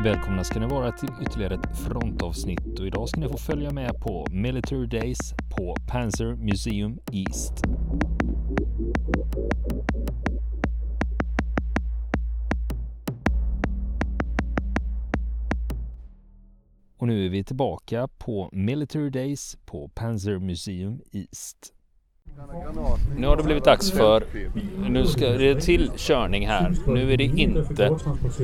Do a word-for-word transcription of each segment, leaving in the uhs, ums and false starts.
Välkomna ska ni vara till ytterligare ett frontavsnitt och idag ska ni få följa med på Military Days på Panzer Museum East. Och nu är vi tillbaka på Military Days på Panzer Museum East. Nu har det blivit dags för, nu ska det är till körning här. Nu är det inte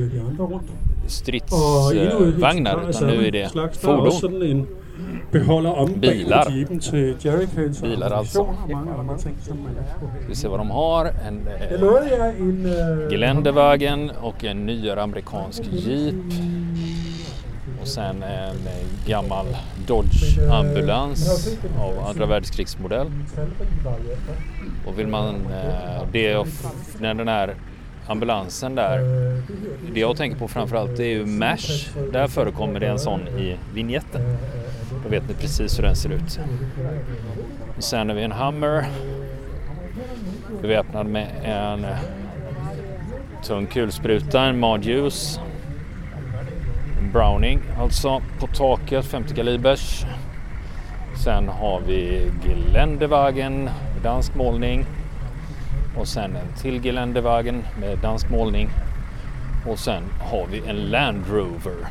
stridsvagnar utan nu är det fordon. Bilar. Bilar alltså. Vi ser vad de har. En eh, Geländewagen och en nyare amerikansk jeep. Och sen en gammal Dodge-ambulans av andra världskrigsmodell. Och vill man, det, när den här ambulansen där, det jag tänker på framförallt är ju MASH. Där förekommer det en sån i vignetten. Då vet ni precis hur den ser ut. Och sen har vi en Hummer. Beväpnad med en tung kulspruta, en Modjus. Browning, alltså på taket, femtio kalibers. Sen har vi Geländewagen med dansk målning. Och sen en till Geländewagen med dansk målning. Och sen har vi en Land Rover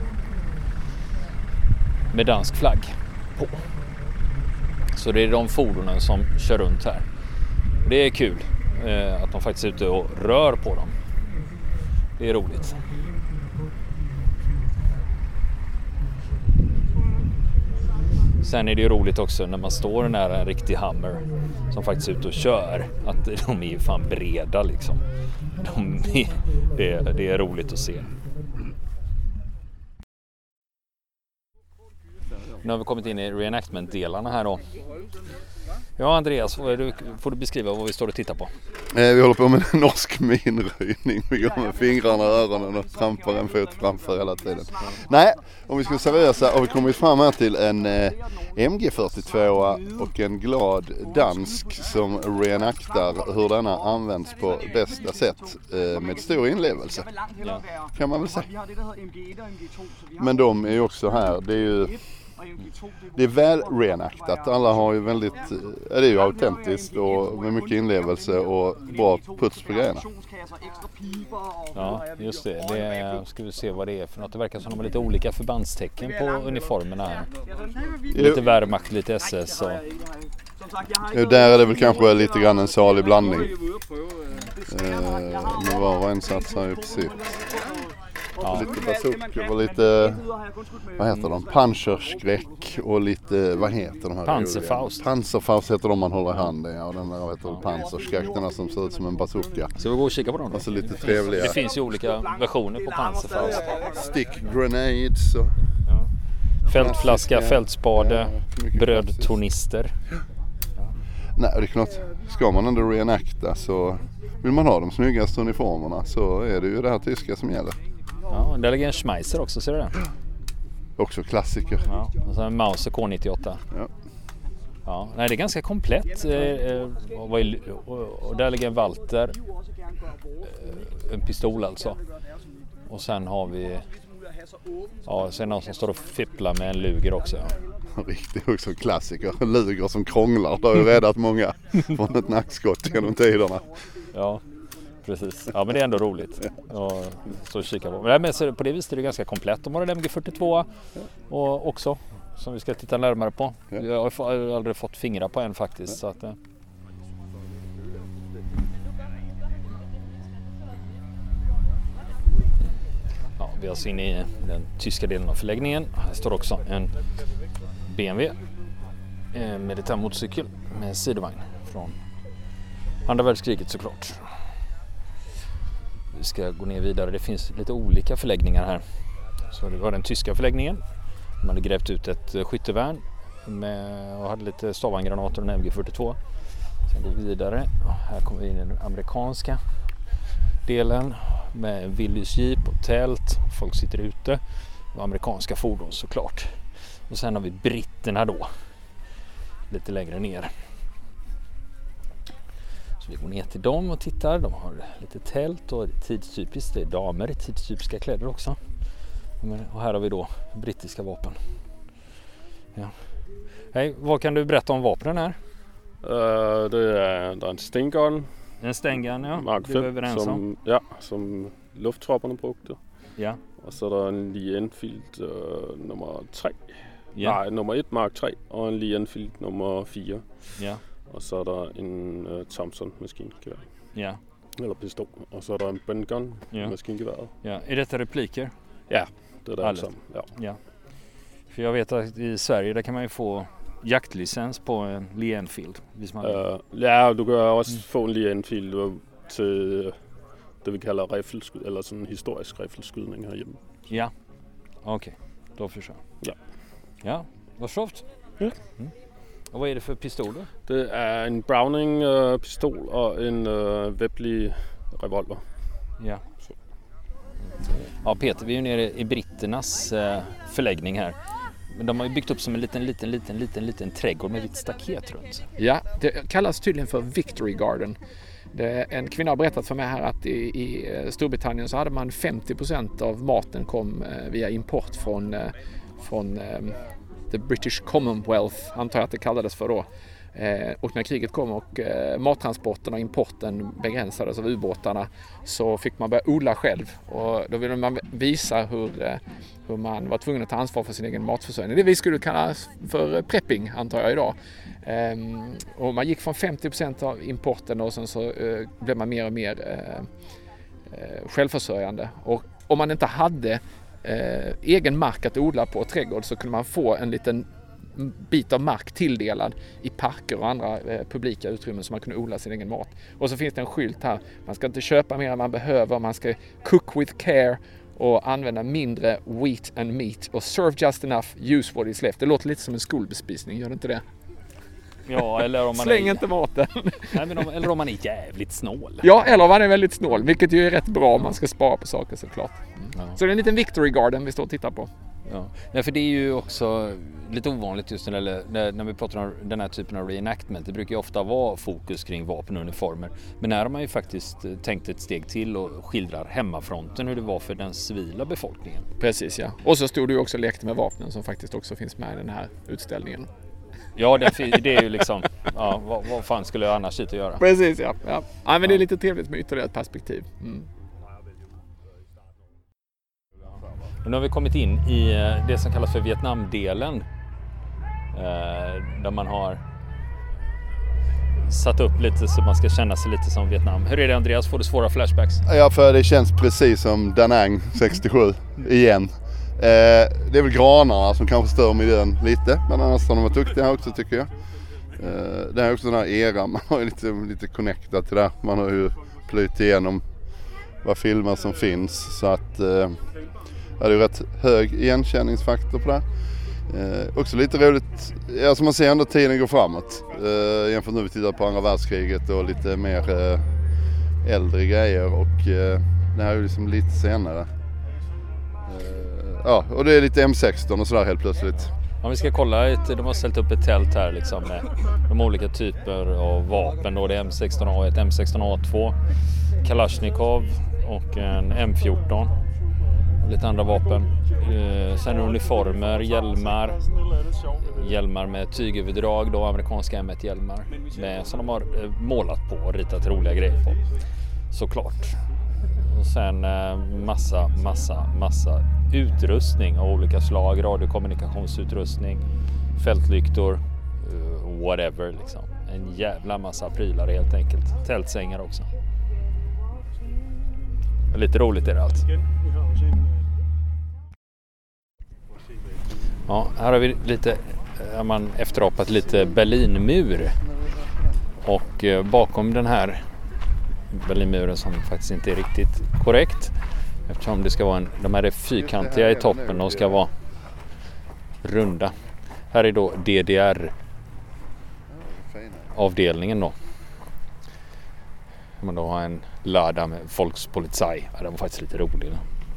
med dansk flagg på. Så det är de fordonen som kör runt här. Det är kul eh, att de faktiskt är ute och rör på dem. Det är roligt. Sen är det ju roligt också när man står nära en riktig Hummer som faktiskt är ute och kör, att de är ju fan breda liksom. De är, det, är, det är roligt att se. Nu har vi kommit in i reenactment-delarna här då. Ja, Andreas, vad är du, får du beskriva vad vi står och tittar på? Eh, vi håller på med en norsk minröjning. Vi går med fingrarna och öronen och trampar en fot framför hela tiden. Nej, om vi ska seriösa har vi kommit fram här till en eh, M G fyrtiotvå och en glad dansk som reenaktar hur denna används på bästa sätt eh, med stor inlevelse. Ja. Kan man väl säga. Men de är ju också här, det är ju det är väl reenaktat. Alla har ju väldigt, det är ju autentiskt och med mycket inlevelse och bra puts på grejerna. Ja, just det. Det är, ska vi se vad det är för något. Det verkar som de har lite olika förbandstecken på uniformerna här. Lite Wehrmacht, lite S S och... Jo, där är det väl kanske lite grann en salig blandning. Eh, men var och en satsar ju precis. Ja. Lite bazooka och lite, vad heter de? Panzerskräck och lite, vad heter de här? Panzerfaust. Panzerfaust heter de man håller i handen, ja. Och den där heter ja. Panzerskräck, den som ser ut som en bazooka. Så vi går och kika på dem då? Alltså lite trevliga. Det finns ju olika versioner på Panzerfaust. Stick grenades och... Ja. Fältflaska, fältspade, ja, brödtornister. Ja. Nej, det är klart. Ska man ändå reenacta så vill man ha de snyggaste uniformerna så är det ju det här tyska som gäller. Ja, där ligger en Schmeisser också, ser du det? Också klassiker. Ja, och så en Mauser K nittioåtta. Ja. Ja, nej, det är ganska komplett. Och där ligger en Walter. En pistol alltså. Och sen har vi... Ja, sen någon som står och fipplar med en Luger också. Ja. Riktigt också klassiker. Luger som krånglar. Det har ju räddat många från ett nackskott genom tiderna. Ja, precis. Ja, men det är ändå roligt. Och så kika på. Men på det viset är det ganska komplett. De har en M G fyrtiotvå och också, som vi ska titta närmare på. Jag har aldrig fått fingrar på en faktiskt. Så att, ja, vi är alltså inne i den tyska delen av förläggningen. Här står också en B M W, en militärmotorcykel med sidovagn från andra världskriget såklart. Vi ska gå ner vidare. Det finns lite olika förläggningar här. Så det var den tyska förläggningen. Man hade grävt ut ett skyttevärn med, och hade lite stavanggranater och en M G fyrtiotvå. Sen går vi vidare. Här kommer vi in i den amerikanska delen med Willys jeep och tält. Folk sitter ute. Och amerikanska fordon såklart. Och sen har vi britterna då. Lite längre ner. Vi går ner till dem och tittar. De har lite tält och tidstypiskt. Det är damer i tidstypiska kläder också. Och här har vi då brittiska vapen. Ja. Hej, vad kan du berätta om vapnen här? Uh, det är, det är en Stengun. En Stengun, ja. Mark det är vi överens som, om. Ja, som lufttropparna brukte. Ja. Och så är det en Lee Enfield uh, nummer tre. Ja. Nej, nummer ett Mark tre och en Lee Enfield nummer fyra. Ja. Och så är det en uh, Thompson maskingevär. Ja. Eller pistol. Och så är det en Bengun ja. maskingevär. Ja. Är detta repliker? Ja, det är det Allt. som. Ja. Ja. För jag vet att i Sverige där kan man ju få jaktlicens på en Lee Enfield. Uh, ja, du kan också mm. få en Lee Enfield till det vi kallar riffelskyd eller sån historisk riffelskydning här hemma. Ja, okej. Okay. Då förstår jag. Ja. Ja, vad soft. Ja. Mm. Och vad är det för pistoler? Det är en Browning uh, pistol och en uh, Webley revolver. Ja. Så. Ja, Peter, vi är ju nere i britternas uh, förläggning här. Men de har ju byggt upp som en liten, liten, liten, liten, liten trädgård med vitt staket runt. Ja, det kallas tydligen för Victory Garden. Det, en kvinna har berättat för mig här att i, i Storbritannien så hade man femtio procent av maten kom eh, via import från, eh, från eh, the British Commonwealth, antar jag att det kallades för då. Eh, och när kriget kom och eh, mattransporten och importen begränsades av ubåtarna så fick man börja odla själv. Och då ville man visa hur, eh, hur man var tvungen att ta ansvar för sin egen matförsörjning. Det vi skulle kalla för prepping, antar jag idag. Eh, och man gick från femtio procent av importen och sen så eh, blev man mer och mer eh, eh, självförsörjande. Och om man inte hade eh, egen mark att odla på trädgård så kunde man få en liten bit av mark tilldelad i parker och andra eh, publika utrymmen så man kunde odla sin egen mat. Och så finns det en skylt här. Man ska inte köpa mer än man behöver. Man ska cook with care och använda mindre wheat and meat. Och serve just enough, use what is left. Det låter lite som en skolbespisning, gör det inte det? Ja, eller om man Släng är... inte maten. Nej, men om, eller om man är jävligt snål. Ja, eller om man är väldigt snål. Vilket ju är rätt bra om man ska spara på saker såklart. Mm. Ja. Så det är en liten Victory Garden vi står och tittar på. Ja. Nej, för det är ju också lite ovanligt just när, när, när vi pratar om den här typen av reenactment. Det brukar ju ofta vara fokus kring vapen och uniformer. Men här har man ju faktiskt tänkt ett steg till och skildrar hemmafronten hur det var för den civila befolkningen. Precis, ja. Och så stod du ju också och lekte med vapnen som faktiskt också finns med i den här utställningen. Ja, det, det är ju liksom, ja, vad, vad fan skulle jag annars hit och göra? Precis, ja. ja. ja men det är lite trevligt med ytterligare ett perspektiv. Mm. Nu har vi kommit in i det som kallas för Vietnamdelen. Där man har satt upp lite så man ska känna sig lite som Vietnam. Hur är det, Andreas? Får du svåra flashbacks? Ja, för det känns precis som Da Nang sextiosju igen. Det är väl granarna som kanske stör miljön lite. Men annars har de varit duktiga här också tycker jag. Det här är också den här eran. Man har ju lite, lite connectat till det. Man har ju plöjt igenom vad filmer som finns. Så att... Ja, det är rätt hög igenkänningsfaktor på det. Eh, också lite roligt, alltså man ser ändå tiden går framåt. Eh, jämfört nu vi tittar på andra världskriget och lite mer eh, äldre grejer och eh, det här är ju liksom lite senare. Eh, ja, och det är lite M sexton och sådär helt plötsligt. Ja, vi ska kolla, ett, de har ställt upp ett tält här liksom med de olika typer av vapen. Då det är M sexton A ett, M sexton A två, Kalashnikov och en M fjorton. Lite andra vapen. Eh, sen uniformer, hjälmar. Hjälmar med tygöverdrag, då amerikanska M ett-hjälmar. Med, som de har eh, målat på och ritat roliga grejer på. Såklart. Och sen eh, massa, massa, massa utrustning av olika slag. Radiokommunikationsutrustning, fältlyktor, eh, whatever liksom. En jävla massa prylar helt enkelt. Tältsängar också. Lite roligt är det allt. Ja, här har vi lite, har man efterapat lite Berlinmur. Och bakom den här Berlinmuren som faktiskt inte är riktigt korrekt. Eftersom det ska vara en, de här är fyrkantiga i toppen och ska vara runda. Här är då D D R-avdelningen då. Man då har en lada med Volkspolizei. Ja, det var faktiskt lite roligt.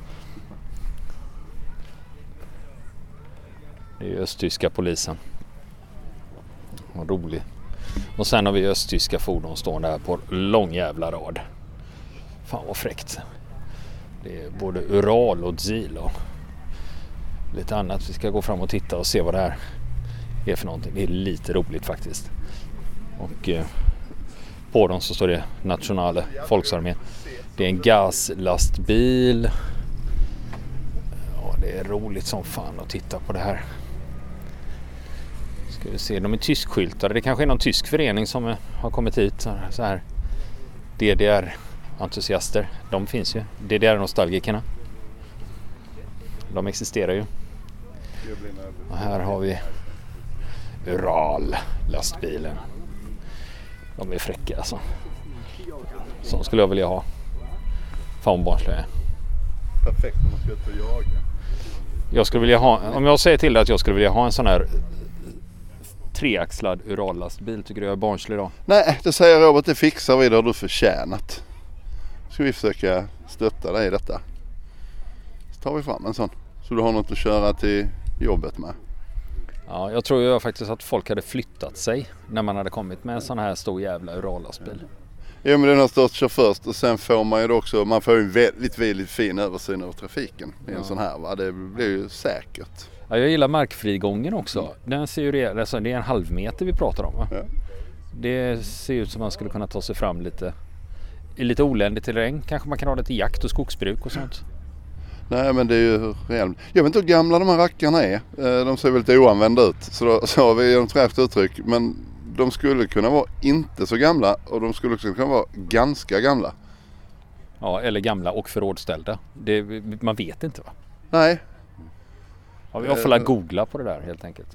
Det är ju östtyska polisen. Vad roligt. Och sen har vi östtyska fordon stående här på lång jävla rad. Fan vad fräckt. Det är både Ural och Zil och lite annat. Vi ska gå fram och titta och se vad det här är för någonting. Det är lite roligt faktiskt. Och eh, på dem så står det Nationale Volksarmé. Det är en gaslastbil. Ja, det är roligt som fan att titta på det här. Ska vi se, de är tyskskyltade. Det kanske är någon tysk förening som har kommit hit. Så här D D R-entusiaster. De finns ju. D D R-nostalgikerna. De existerar ju. Och här har vi Ural-lastbilen. De är fräcka alltså. Sån skulle jag vilja ha. Fan barnslig är. Perfekt om man ska ut och jaga. Jag skulle vilja ha, om jag säger till dig att jag skulle vilja ha en sån här treaxlad Ural-lastbil, tycker du jag är barnslig då? Nej, det säger Robert, det fixar vi, det har du förtjänat. Ska vi försöka stötta dig i detta. Så tar vi fram en sån. Så du har något att köra till jobbet med. Ja, jag tror ju faktiskt att folk hade flyttat sig när man hade kommit med en sån här stor jävla Ural-lastbil. Ja, men den har stått kör först och sen får man ju också, man får ju en väldigt, väldigt fin översyn över trafiken med en ja. sån här, va? Det blir ju säkert. Ja, jag gillar markfrigången också. Den ser ju det, alltså det är en halv meter vi pratar om, va? Ja. Det ser ut som man skulle kunna ta sig fram lite i lite oländig terräng. Kanske man kan ha det till jakt och skogsbruk och sånt. Nej, men det är ju reellt. Jag vet inte hur gamla de här rackarna är. De ser väldigt oanvända ut. Så då så har vi ett träffat uttryck. Men de skulle kunna vara inte så gamla. Och de skulle också kunna vara ganska gamla. Ja, eller gamla och förrådställda. Det, man vet inte, va? Nej. Ja, jag får la googla på det där helt enkelt.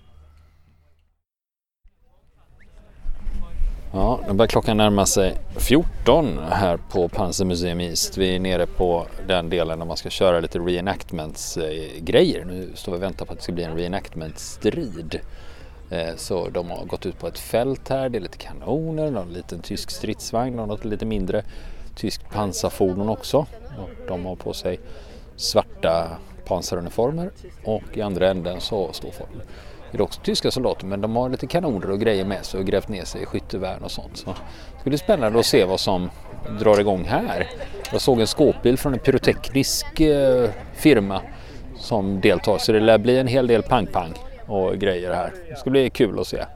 Ja, nu börjar klockan närma sig fjorton här på Panzermuseum East. Vi är nere på den delen där man ska köra lite reenactments-grejer. Nu står vi och väntar på att det ska bli en reenactment-strid. Så de har gått ut på ett fält här. Det är lite kanoner, någon liten tysk stridsvagn och något lite mindre tysk pansarfordon också. De har på sig svarta pansaruniformer och i andra änden så står folk. Det är också tyska soldater, men de har lite kanoner och grejer med sig och grävt ner sig i skyttevärn och sånt. Så det ska bli spännande att se vad som drar igång här. Jag såg en skåpbil från en pyroteknisk eh, firma som deltar, så det lär bli en hel del pang-pang och grejer här. Det ska bli kul att se.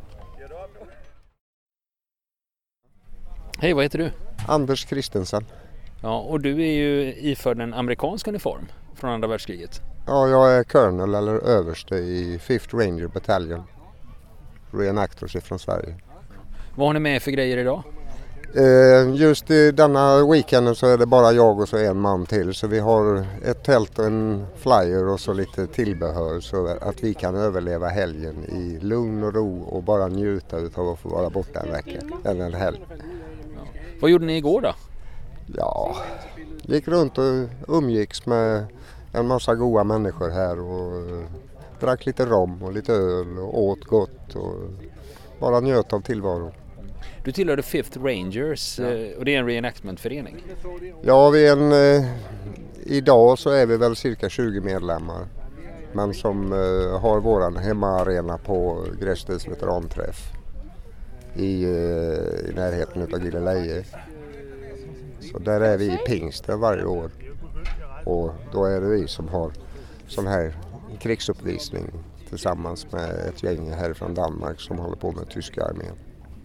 Hej, vad heter du? Anders Christensen. Ja, och du är ju iförd en amerikansk uniform från andra världskriget. Ja, jag är colonel eller överste i Fifth Ranger Battalion. Reenactors från Sverige. Vad har ni med för grejer idag? Eh, just i denna weekenden så är det bara jag och så en man till. Så vi har ett tält och en flyer och så lite tillbehör så att vi kan överleva helgen i lugn och ro och bara njuta av att få vara borta en vecka eller en helg. Ja. Vad gjorde ni igår då? Ja, gick runt och umgicks med en massa goda människor här och drack lite rom och lite öl och åt gott och bara njöt av tillvaron. Du tillhörde Fifth Rangers, ja. Och det är en reenactmentförening. Ja, vi är en, eh, idag så är vi väl cirka tjugo medlemmar. Men som eh, har våran hemmaarena på Grästöds veteranträff i, eh, i närheten av Gilleleje. Så där är vi i Pingsten varje år. Och då är det vi som har sån här krigsuppvisning tillsammans med ett gäng här från Danmark som håller på med tyska armén.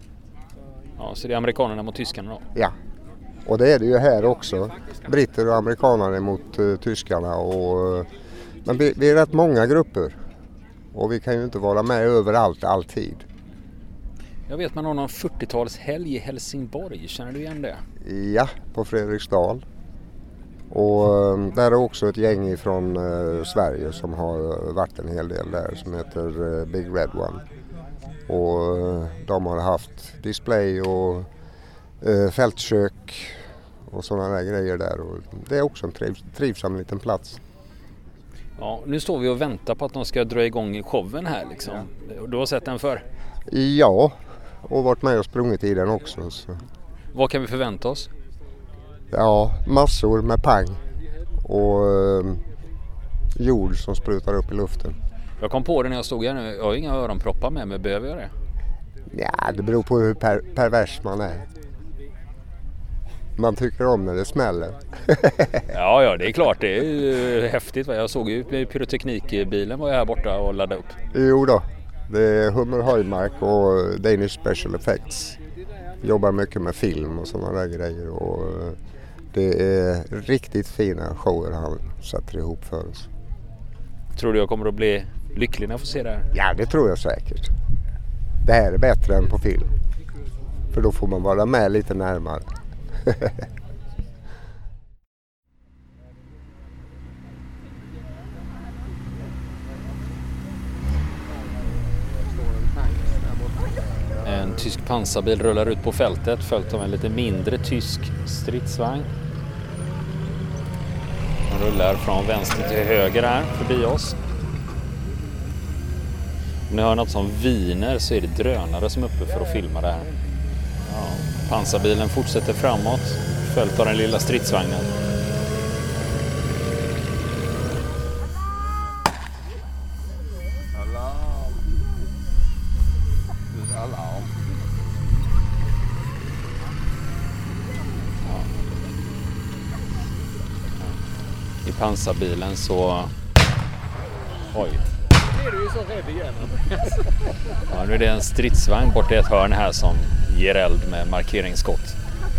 Ja, så det är amerikanerna mot tyskarna då? Ja, och det är det ju här också. Britter och amerikaner mot uh, tyskarna. Och, uh, men vi, vi är rätt många grupper och vi kan ju inte vara med överallt alltid. Jag vet man har någon fyrtiotalshelg i Helsingborg, känner du igen det? Ja, på Fredriksdal. Och um, där är också ett gäng från uh, Sverige som har uh, varit en hel del där som heter uh, Big Red One. Och uh, de har haft display och uh, fältkök och sådana där grejer där. Och det är också en triv- trivsam liten plats. Ja, nu står vi och väntar på att de ska dra igång showen här liksom. Ja. Du har sett den för? Ja, och varit med och sprungit i den också. Så. Vad kan vi förvänta oss? Ja, massor med pang och eh, jord som sprutar upp i luften. Jag kom på det när jag stod här nu. Jag har inga öronproppar med mig. Behöver jag det? Ja, det beror på hur per- pervers man är. Man tycker om när det smäller. Ja, ja, det är klart. Det är ju häftigt. Jag såg ju pyroteknikbilen var jag här borta och laddade upp. Jo då, det är Hummer Höjmark och Danish Special Effects. Jobbar mycket med film och sådana där grejer. Och det är riktigt fina shower han sätter ihop för oss. Tror du jag kommer att bli lycklig när jag får se det här? Ja, det tror jag säkert. Det här är bättre än på film. För då får man vara med lite närmare. En tysk pansarbil rullar ut på fältet följt av en lite mindre tysk stridsvagn. Den rullar från vänster till höger här förbi oss. Om ni hör något som viner så är det drönare som är uppe för att filma det här. Ja, pansarbilen fortsätter framåt följt av den lilla stridsvagnen. I pansarbilen så... Oj. Är du ju så rädd igen. Ja, nu är det en stridsvagn borta i ett hörn här som ger eld med markeringsskott.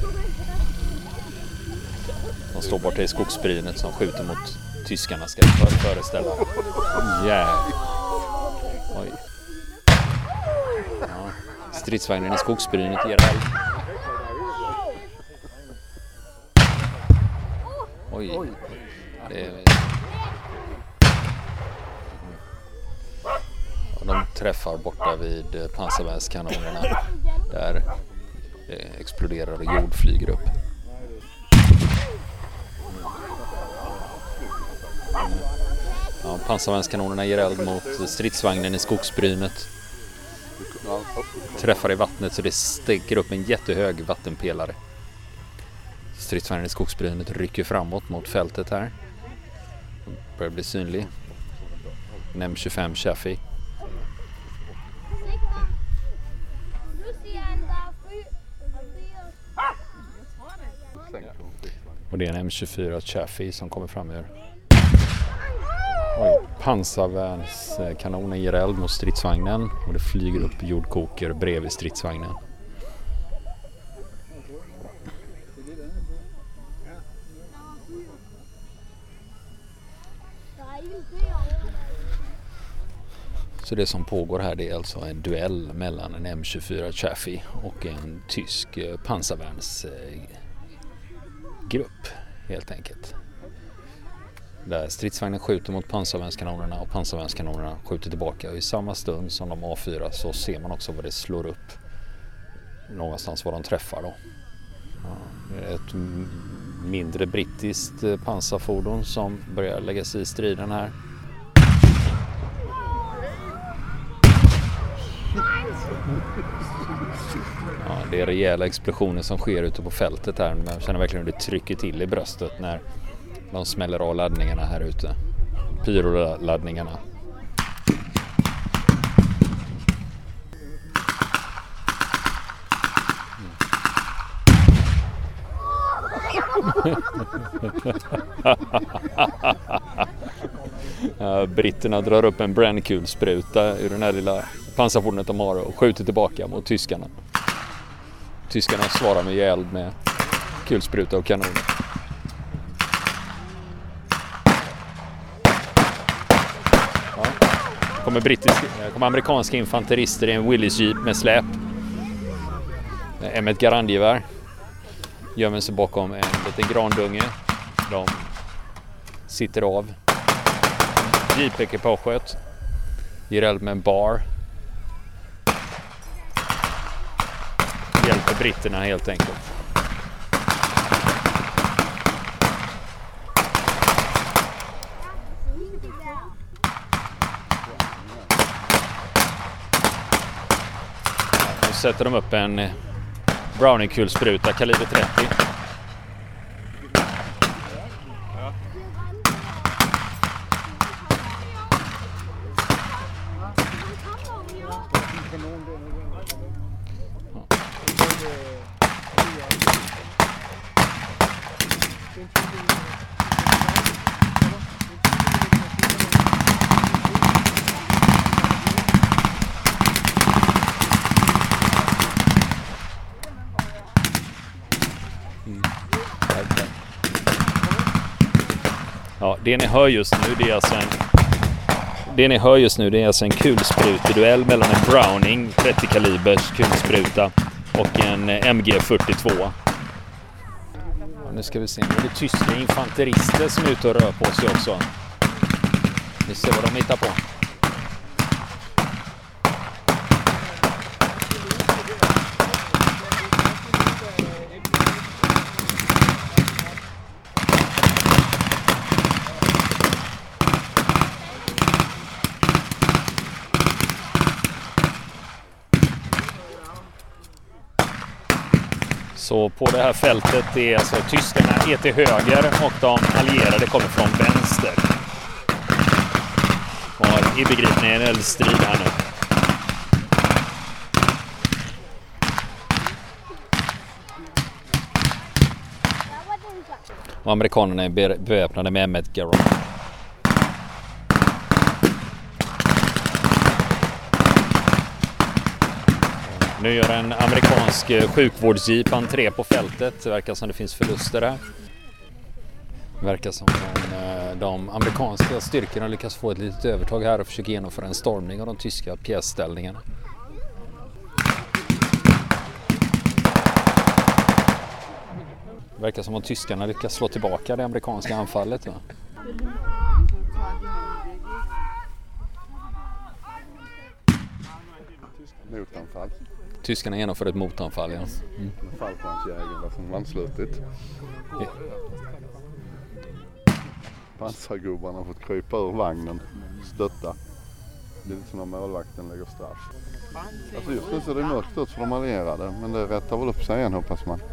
De står borta i skogsbrynet som skjuter mot tyskarna, ska jag föreställa. Yeah. Oj. Ja, stridsvagnen i skogsbrynet ger eld. Oj. Det är... De träffar borta vid pansarvärnskanonerna där det exploderar och jord flyger upp. Ja, pansarvärnskanonerna ger eld mot stridsvagnen i skogsbrynet. Träffar i vattnet så det sticker upp en jättehög vattenpelare. Stridsvagnen i skogsbrynet rycker framåt mot fältet här. Börjar bli synlig. En M tjugofem Chaffee. Och det är en M tjugofyra Chaffee som kommer fram ur. Oj, pansarvärnskanonen ger eld mot stridsvagnen och det flyger upp jordkoker bredvid stridsvagnen. Så det som pågår här, det är alltså en duell mellan en M tjugofyra Chaffee och en tysk pansarvärnsgrupp helt enkelt. Där stridsvagnen skjuter mot pansarvärnskanonerna och pansarvärnskanonerna skjuter tillbaka. Och i samma stund som de avfyrar så ser man också vad det slår upp. Någonstans vad de träffar då. Ja, ett mindre brittiskt pansarfordon som börjar lägga sig i striden här. Ja, det är rejäla explosioner som sker ute på fältet här. Man känner verkligen hur det trycker till i bröstet när de smäller av laddningarna här ute. Pyroladdningarna. Ja, britterna drar upp en brännkulspruta ur den här lilla pansarfordonet de har och skjuter tillbaka mot tyskarna. Tyskarna svarar med eld med kulspruta och kanoner. Ja. Kommer, brittiska, kommer amerikanska infanterister i en Willys Jeep med släp. M ett Garandgevär. Gömmer sig bakom en liten grandunge. De sitter av Jeep-ekipaget. Ger eld med en bar. Hjälper britterna helt enkelt. Nu sätter de upp en Browning-kulspruta kaliber trettio. Ja, det ni hör just nu det är alltså en Det ni hör just nu det är alltså en kulspruteduell mellan en Browning trettio kalibers kulspruta och en M G fyrtiotvå. Ja, nu ska vi se, nu är det tyska infanterister som är ute och rör på sig också. Vi ser vad de hittar på. Så på det här fältet är alltså tyskarna är till höger och de allierade kommer från vänster. Och i begripna en eldstrid här nu. Och amerikanerna är beväpnade med M ett Garand. Nu gör en amerikansk sjukvårdsjeep entré på fältet. Det verkar som det finns förluster där. Det verkar som de, de amerikanska styrkorna lyckas få ett litet övertag här och försöker genomföra en stormning av de tyska pjäsställningarna. Det verkar som att tyskarna lyckas slå tillbaka det amerikanska anfallet. Va? Motanfall. Tyskarna genomför ett motanfall, ja. Mm. Fallskärmsjägarna som anslutit. Ja. Pansargubbarna har fått krypa ur vagnen, stötta. Det är lite som när målvakten lägger straff. Alltså just nu ser det mörkt ut för de allierade, men det rättar väl upp sig igen, hoppas man.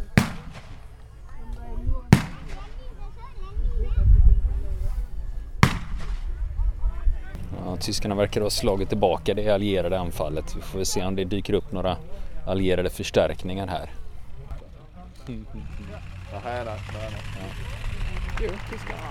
Ja, tyskarna verkar ha slagit tillbaka det allierade anfallet. Vi får väl se om det dyker upp några allierade förstärkningar här. Mm. Ja, här är det. Ja. Jo, tyskarna.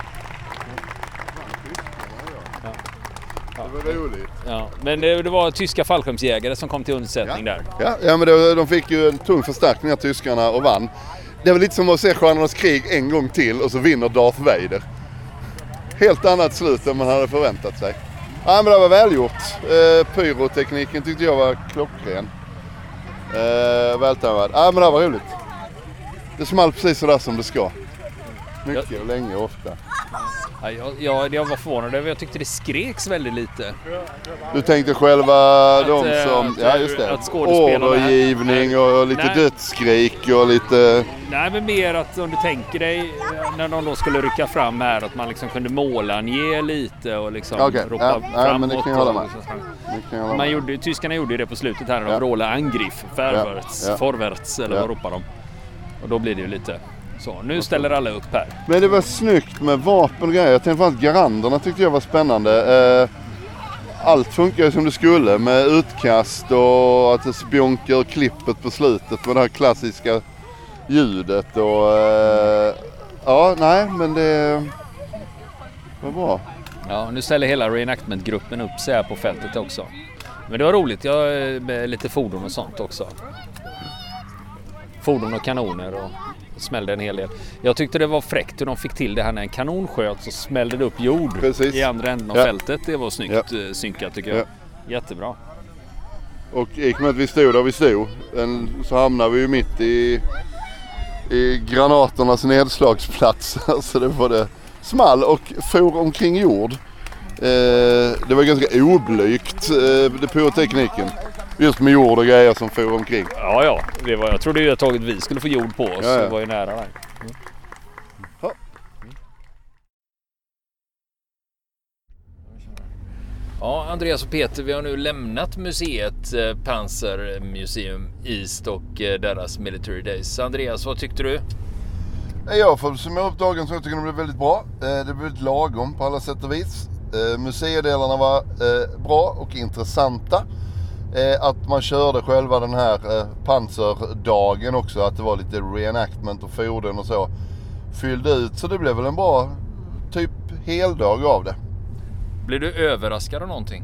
Ja. Ja. Det var roligt. Ja, men det, det var tyska fallskärmsjägare som kom till undsättning ja. där. Ja, ja men det, de fick ju en tung förstärkning av tyskarna och vann. Det var lite som att se Stjärnornas krig en gång till och så vinner Darth Vader. Helt annat slut än man hade förväntat sig. Ja, men det var välgjort. Eh, pyrotekniken tyckte jag var klockren. Eh, vältavad. Ja, men det var roligt. Det small precis sådär som det ska. Mycket ja. Och länge och ofta. Ja, jag, jag, jag var förvånad över, jag tyckte det skreks väldigt lite. Du tänkte själva att, de som, att, ja just det, att ordergivning och lite nej. Dödsskrik och lite... Nej, men mer att om du tänker dig när de då skulle rycka fram här att man liksom kunde målange lite och liksom okay. ropa ja, framåt. Ja, men det kan jag hålla med. Liksom. Man gjorde, tyskarna gjorde det på slutet här när de ja. Rålade angriff, förvärts, ja. Ja. Forvärts eller ja. Vad ropar de. Och då blir det ju lite... Så, nu ställer alla upp här. Men det var snyggt med vapen och grejer. Jag tänkte att Garanderna tyckte jag var spännande. Allt funkar ju som det skulle med utkast och att det spjonkar klippet på slutet med det här klassiska ljudet. Och, ja, nej, men det var bra. Ja, nu ställer hela reenactment-gruppen upp sig här på fältet också. Men det var roligt, jag med lite fordon och sånt också. Fordon och kanoner och smällde en hel del. Jag tyckte det var fräckt hur de fick till det här när en kanon sköt så smällde det upp jord. Precis. I andra änden av ja. Fältet. Det var snyggt ja. Synkat tycker jag. Ja. Jättebra. Och i och med att vi stod där vi stod så hamnade vi ju mitt i, i granaternas nedslagsplats. Så det var det small och for omkring jord. Eh, det var ganska oblygt eh, det pyrotekniken. Just med jord och grejer som for omkring. Ja, ja. Det var, jag trodde ju att taget vi skulle få jord på oss. Ja, ja. Det var ju nära där. Mm. Ja. Ja, Andreas och Peter, vi har nu lämnat museet eh, Panzer Museum East och eh, deras Military Days. Andreas, vad tyckte du? Jag får summera upp dagen så jag tycker det blev väldigt bra. Eh, det blev väldigt lagom på alla sätt och vis. Eh, museidelarna var eh, bra och intressanta. Eh, att man körde själva den här eh, pansardagen också, att det var lite reenactment och fordon och så, fyllde ut, så det blev väl en bra typ heldag av det. Blir du överraskad av någonting?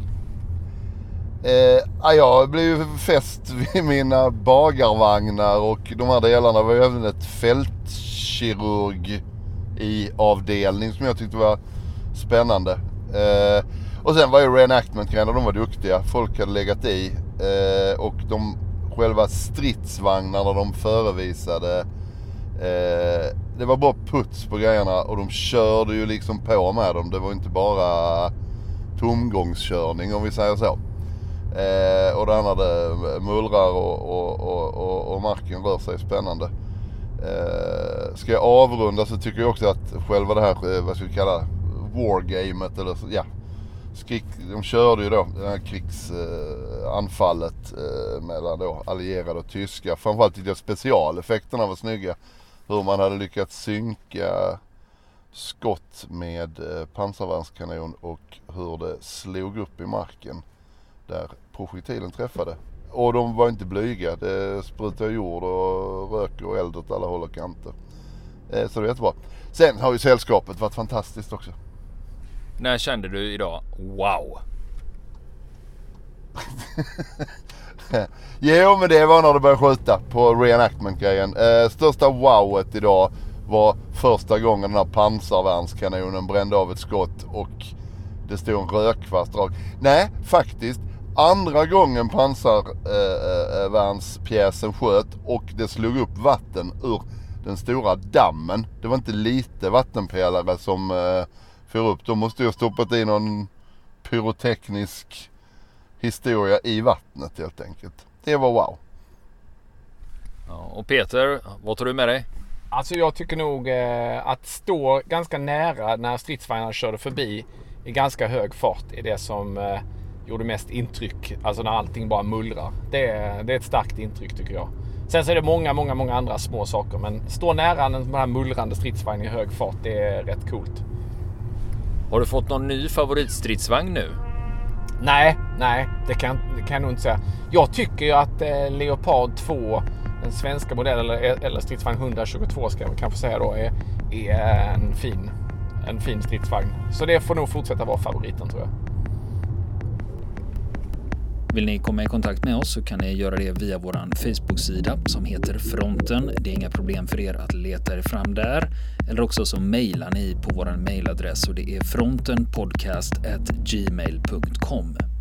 Eh, jag blev ju fäst vid mina bagarvagnar och de här delarna. Var ju även ett fältkirurg i avdelning som jag tyckte var spännande. Eh, och sen var ju reenactment-grejerna, de var duktiga. Folk hade legat i. Eh, och de själva stridsvagnarna de förevisade, eh, det var bara puts på grejerna och de körde ju liksom på med dem. Det var inte bara tomgångskörning, om vi säger så. Eh, och det andra det mullrar och, och, och, och, och marken rör sig spännande. Eh, ska jag avrunda så tycker jag också att själva det här, vad ska vi kalla det, wargamet eller så, ja, skrik, de körde ju då det här krigsanfallet eh, mellan då allierade och tyska. Framförallt tyckte jag specialeffekterna var snygga. Hur man hade lyckats synka skott med eh, pansarvärnskanon och hur det slog upp i marken där projektilen träffade. Och de var inte blyga. Det sprutade jord och rök och eld åt alla håll och kanter. Eh, så det är jättebra. Sen har ju sällskapet varit fantastiskt också. När kände du idag, wow? Jo, men det var när det började skjuta på reenactment-grejen. Eh, största wowet idag var första gången den här pansarvärnskanonen brände av ett skott och det stod en rökfast rakt. Nej, faktiskt. Andra gången pansarvärnspjäsen eh, sköt och det slog upp vatten ur den stora dammen. Det var inte lite vattenpelare som eh, för upp. De måste ju ha stoppat in någon pyroteknisk historia i vattnet helt enkelt. Det var wow. Ja, och Peter, vad tar du med dig? Alltså jag tycker nog eh, att stå ganska nära när stridsvagnarna körde förbi i ganska hög fart är det som eh, gjorde mest intryck. Alltså när allting bara mullrar. Det är, det är ett starkt intryck tycker jag. Sen så är det många, många, många andra små saker. Men stå nära den här mullrande stridsvagnen i hög fart, det är rätt coolt. Har du fått någon ny favoritstridsvagn nu? Nej, nej, det kan, det kan jag nog inte säga. Jag tycker ju att eh, Leopard två, den svenska modellen, eller, eller stridsvagn etthundratjugotvå ska jag kanske säga då, är, är en, fin, en fin stridsvagn. Så det får nog fortsätta vara favoriten tror jag. Vill ni komma i kontakt med oss så kan ni göra det via vår Facebook-sida som heter Fronten. Det är inga problem för er att leta er fram där. Eller också så mejlar ni på vår mejladress och det är frontenpodcast at gmail punkt com.